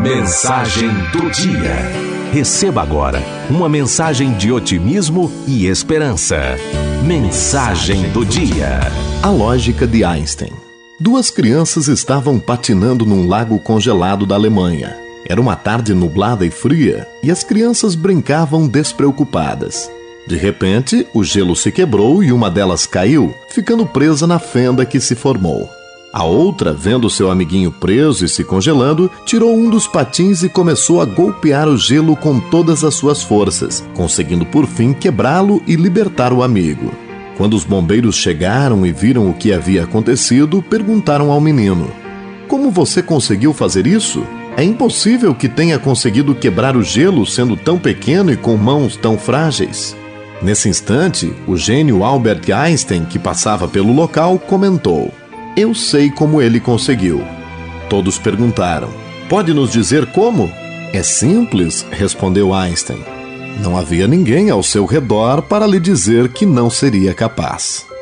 Mensagem do dia. Receba agora uma mensagem de otimismo e esperança. Mensagem do dia. A lógica de Einstein. Duas crianças estavam patinando num lago congelado da Alemanha. Era uma tarde nublada e fria e as crianças brincavam despreocupadas. De repente, o gelo se quebrou e uma delas caiu, ficando presa na fenda que se formou. A outra, vendo seu amiguinho preso e se congelando, tirou um dos patins e começou a golpear o gelo com todas as suas forças, conseguindo por fim quebrá-lo e libertar o amigo. Quando os bombeiros chegaram e viram o que havia acontecido, perguntaram ao menino: "Como você conseguiu fazer isso? É impossível que tenha conseguido quebrar o gelo sendo tão pequeno e com mãos tão frágeis." Nesse instante, o gênio Albert Einstein, que passava pelo local, comentou: "Eu sei como ele conseguiu." Todos perguntaram: "Pode nos dizer como?" "É simples", respondeu Einstein. Não havia ninguém ao seu redor para lhe dizer que não seria capaz.